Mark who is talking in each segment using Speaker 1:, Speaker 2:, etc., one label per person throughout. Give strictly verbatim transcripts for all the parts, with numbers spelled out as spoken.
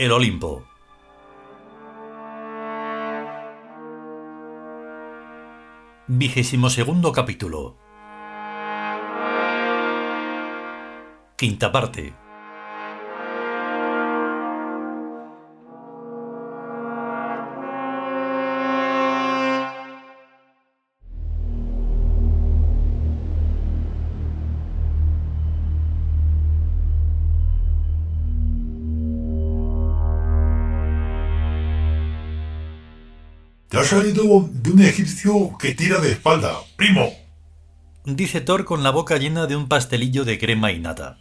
Speaker 1: El Olimpo. Vigésimo segundo capítulo. Quinta parte.
Speaker 2: Te has salido de un egipcio que tira de espalda, primo,
Speaker 1: dice Thor con la boca llena de un pastelillo de crema y nata.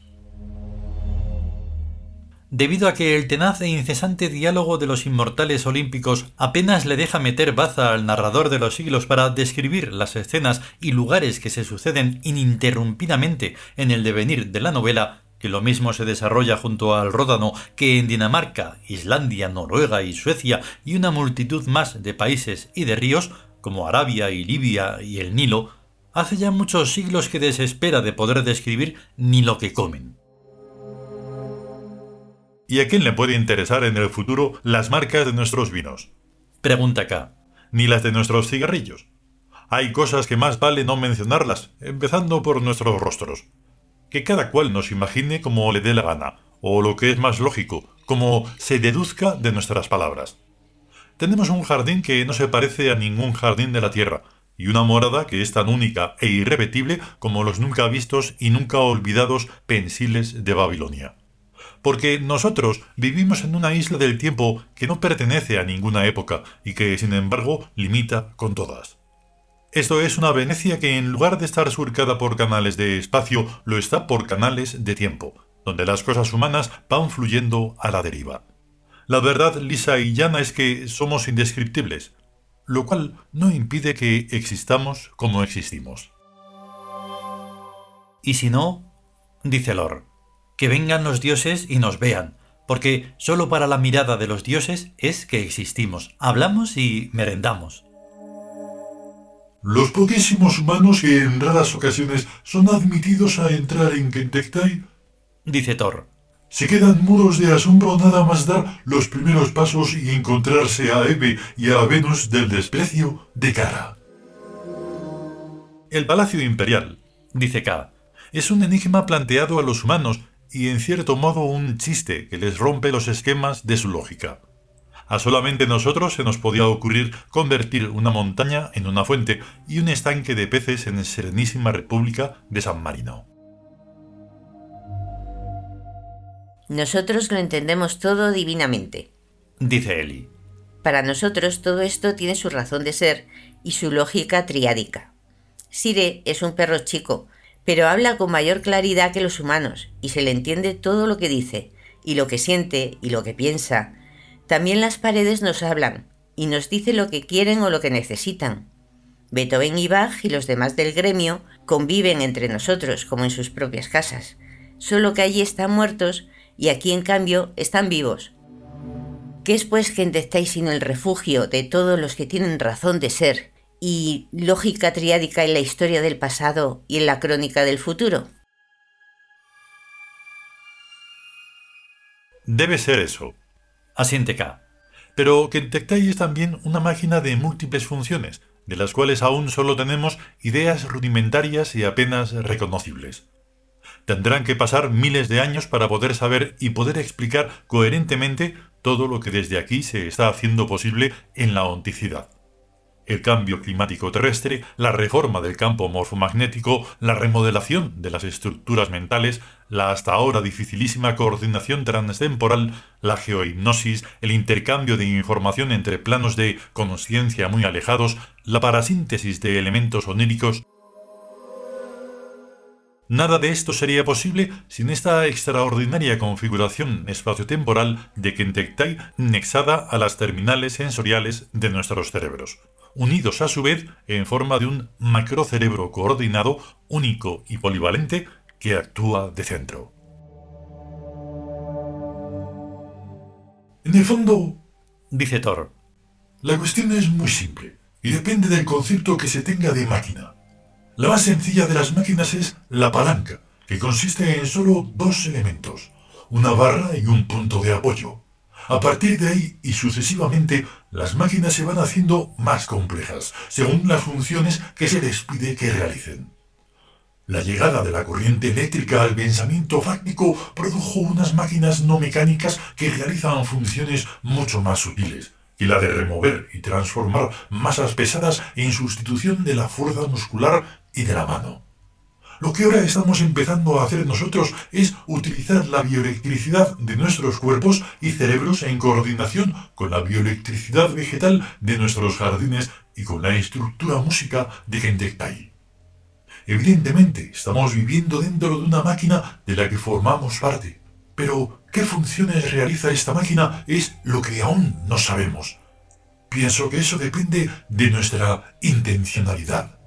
Speaker 1: Debido a que el tenaz e incesante diálogo de los inmortales olímpicos apenas le deja meter baza al narrador de los siglos para describir las escenas y lugares que se suceden ininterrumpidamente en el devenir de la novela, que lo mismo se desarrolla junto al Ródano que en Dinamarca, Islandia, Noruega y Suecia y una multitud más de países y de ríos, como Arabia y Libia y el Nilo, hace ya muchos siglos que desespera de poder describir ni lo que comen.
Speaker 2: ¿Y a quién le puede interesar en el futuro las marcas de nuestros vinos?
Speaker 1: Pregunta K.
Speaker 2: Ni las de nuestros cigarrillos. Hay cosas que más vale no mencionarlas, empezando por nuestros rostros. Que cada cual nos imagine como le dé la gana, o lo que es más lógico, como se deduzca de nuestras palabras. Tenemos un jardín que no se parece a ningún jardín de la tierra, y una morada que es tan única e irrepetible como los nunca vistos y nunca olvidados pensiles de Babilonia. Porque nosotros vivimos en una isla del tiempo que no pertenece a ninguna época y que, sin embargo, limita con todas. Esto es una Venecia que en lugar de estar surcada por canales de espacio, lo está por canales de tiempo, donde las cosas humanas van fluyendo a la deriva. La verdad lisa y llana es que somos indescriptibles, lo cual no impide que existamos como existimos.
Speaker 1: Y si no, dice Lor, que vengan los dioses y nos vean, porque solo para la mirada de los dioses es que existimos, hablamos y merendamos.
Speaker 2: Los poquísimos humanos que en raras ocasiones son admitidos a entrar en Kentektai,
Speaker 1: dice Thor,
Speaker 2: se quedan mudos de asombro nada más dar los primeros pasos y encontrarse a Hebe y a Venus del desprecio de cara.
Speaker 1: El Palacio Imperial, dice K, es un enigma planteado a los humanos y en cierto modo un chiste que les rompe los esquemas de su lógica. A solamente nosotros se nos podía ocurrir convertir una montaña en una fuente y un estanque de peces en la serenísima República de San Marino.
Speaker 3: Nosotros lo entendemos todo divinamente,
Speaker 1: dice Eli.
Speaker 3: Para nosotros todo esto tiene su razón de ser y su lógica triádica. Sire es un perro chico, pero habla con mayor claridad que los humanos y se le entiende todo lo que dice, y lo que siente y lo que piensa. También las paredes nos hablan y nos dicen lo que quieren o lo que necesitan. Beethoven y Bach y los demás del gremio conviven entre nosotros como en sus propias casas, solo que allí están muertos y aquí en cambio están vivos. ¿Qué es pues Kentektai sino el refugio de todos los que tienen razón de ser y lógica triádica en la historia del pasado y en la crónica del futuro?
Speaker 2: Debe ser eso,
Speaker 1: asiente K.
Speaker 2: Pero Kentektai es también una máquina de múltiples funciones, de las cuales aún solo tenemos ideas rudimentarias y apenas reconocibles. Tendrán que pasar miles de años para poder saber y poder explicar coherentemente todo lo que desde aquí se está haciendo posible en la onticidad. El cambio climático terrestre, la reforma del campo morfomagnético, la remodelación de las estructuras mentales, la hasta ahora dificilísima coordinación transtemporal, la geohipnosis, el intercambio de información entre planos de consciencia muy alejados, la parasíntesis de elementos oníricos. Nada de esto sería posible sin esta extraordinaria configuración espaciotemporal de Kentektai nexada a las terminales sensoriales de nuestros cerebros, unidos a su vez en forma de un macrocerebro coordinado, único y polivalente que actúa de centro. En el fondo,
Speaker 1: dice Thor,
Speaker 2: la cuestión es muy simple y depende del concepto que se tenga de máquina. La más sencilla de las máquinas es la palanca, que consiste en solo dos elementos, una barra y un punto de apoyo. A partir de ahí y sucesivamente, las máquinas se van haciendo más complejas, según las funciones que se les pide que realicen. La llegada de la corriente eléctrica al pensamiento fáctico produjo unas máquinas no mecánicas que realizan funciones mucho más sutiles, y la de remover y transformar masas pesadas en sustitución de la fuerza muscular y de la mano. Lo que ahora estamos empezando a hacer nosotros es utilizar la bioelectricidad de nuestros cuerpos y cerebros en coordinación con la bioelectricidad vegetal de nuestros jardines y con la estructura música de Gentektai. Evidentemente, estamos viviendo dentro de una máquina de la que formamos parte. Pero, ¿qué funciones realiza esta máquina? Es lo que aún no sabemos. Pienso que eso depende de nuestra intencionalidad.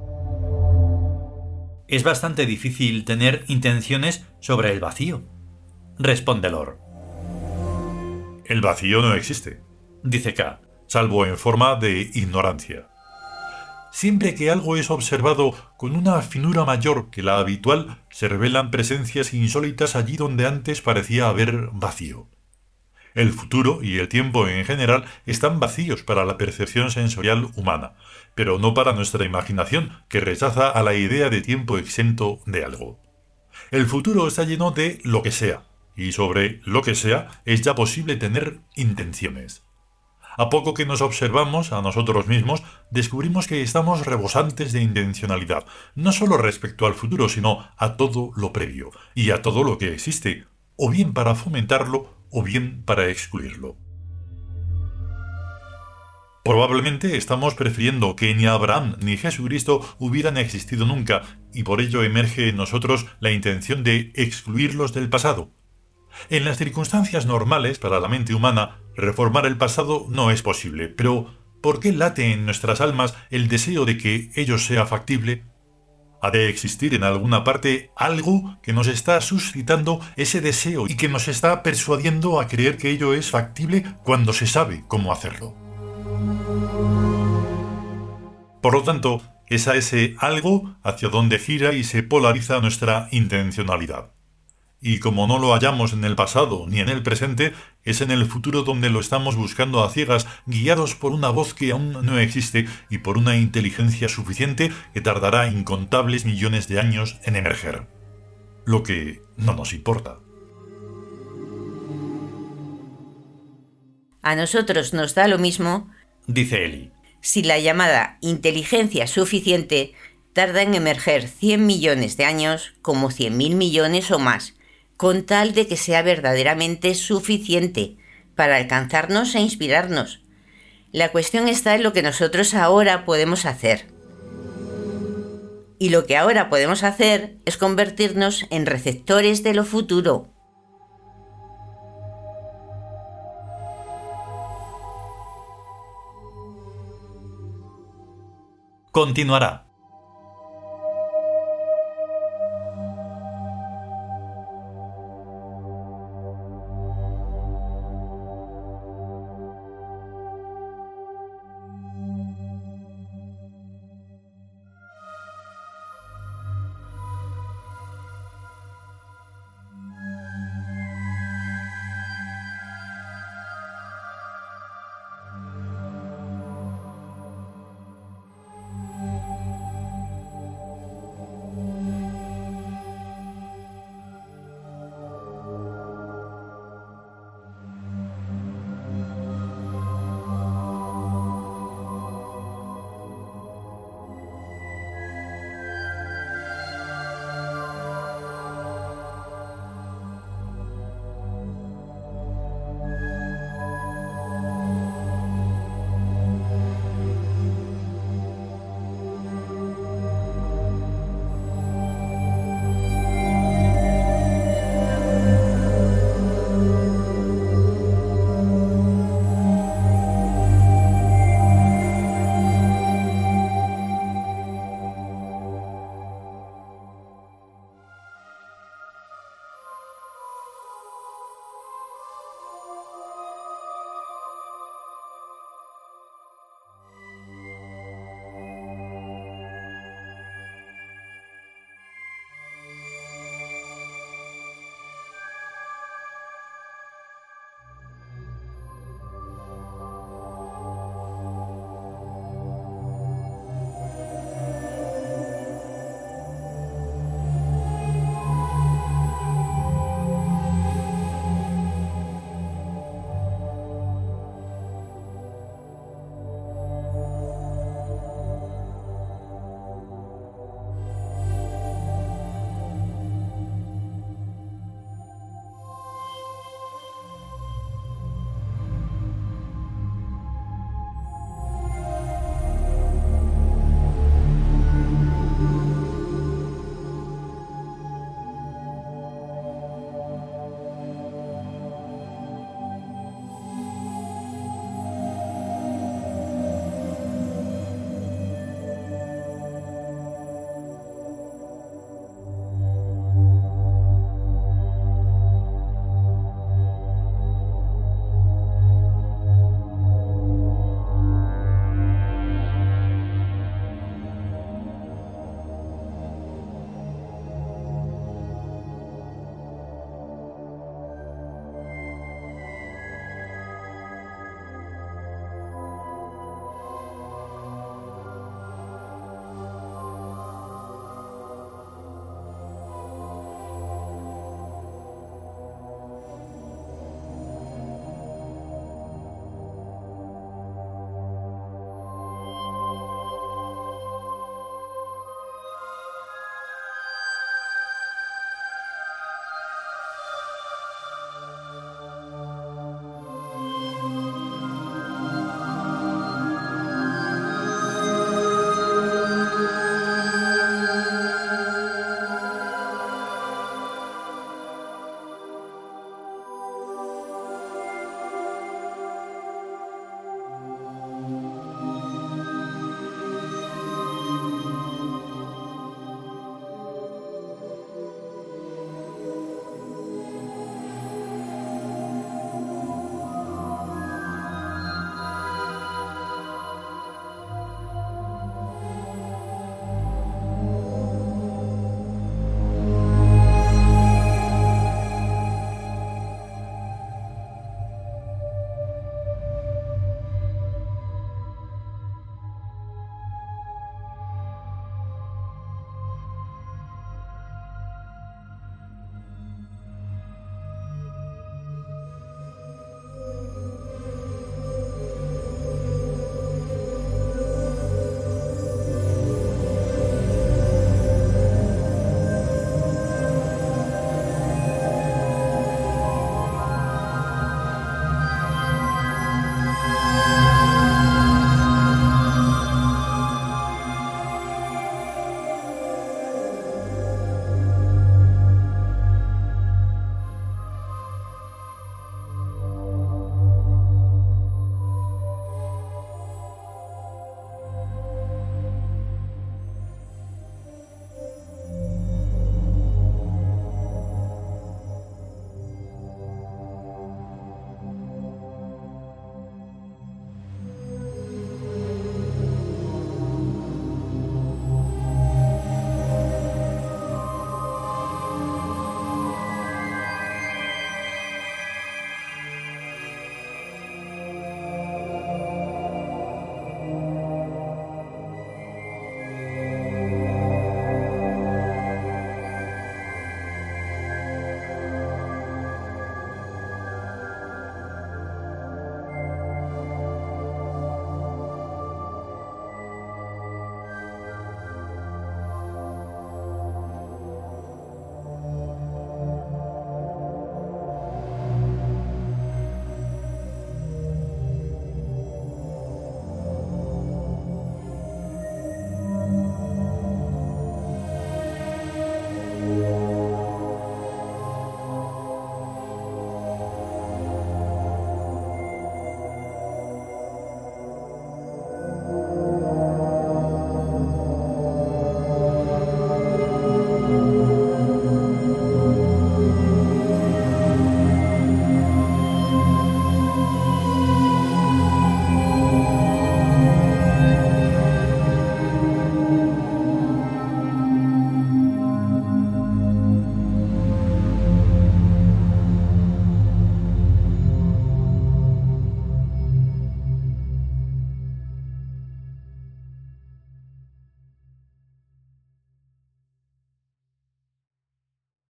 Speaker 1: Es bastante difícil tener intenciones sobre el vacío, responde Lor.
Speaker 2: El vacío no existe,
Speaker 1: Dice K,
Speaker 2: salvo en forma de ignorancia. Siempre que algo es observado con una finura mayor que la habitual, se revelan presencias insólitas allí donde antes parecía haber vacío. El futuro y el tiempo en general están vacíos para la percepción sensorial humana, pero no para nuestra imaginación, que rechaza a la idea de tiempo exento de algo. El futuro está lleno de lo que sea, y sobre lo que sea es ya posible tener intenciones. A poco que nos observamos a nosotros mismos, descubrimos que estamos rebosantes de intencionalidad, no solo respecto al futuro, sino a todo lo previo, y a todo lo que existe, o bien para fomentarlo, o bien para excluirlo. Probablemente estamos prefiriendo que ni Abraham ni Jesucristo hubieran existido nunca, y por ello emerge en nosotros la intención de excluirlos del pasado. En las circunstancias normales para la mente humana, reformar el pasado no es posible, pero ¿por qué late en nuestras almas el deseo de que ello sea factible? Ha de existir en alguna parte algo que nos está suscitando ese deseo y que nos está persuadiendo a creer que ello es factible cuando se sabe cómo hacerlo. Por lo tanto, es a ese algo hacia donde gira y se polariza nuestra intencionalidad. Y como no lo hallamos en el pasado ni en el presente, es en el futuro donde lo estamos buscando a ciegas, guiados por una voz que aún no existe y por una inteligencia suficiente que tardará incontables millones de años en emerger. Lo que no nos importa.
Speaker 3: A nosotros nos da lo mismo,
Speaker 1: dice Eli,
Speaker 3: si la llamada inteligencia suficiente tarda en emerger cien millones de años como cien mil millones o más, con tal de que sea verdaderamente suficiente para alcanzarnos e inspirarnos. La cuestión está en lo que nosotros ahora podemos hacer. Y lo que ahora podemos hacer es convertirnos en receptores de lo futuro.
Speaker 1: Continuará.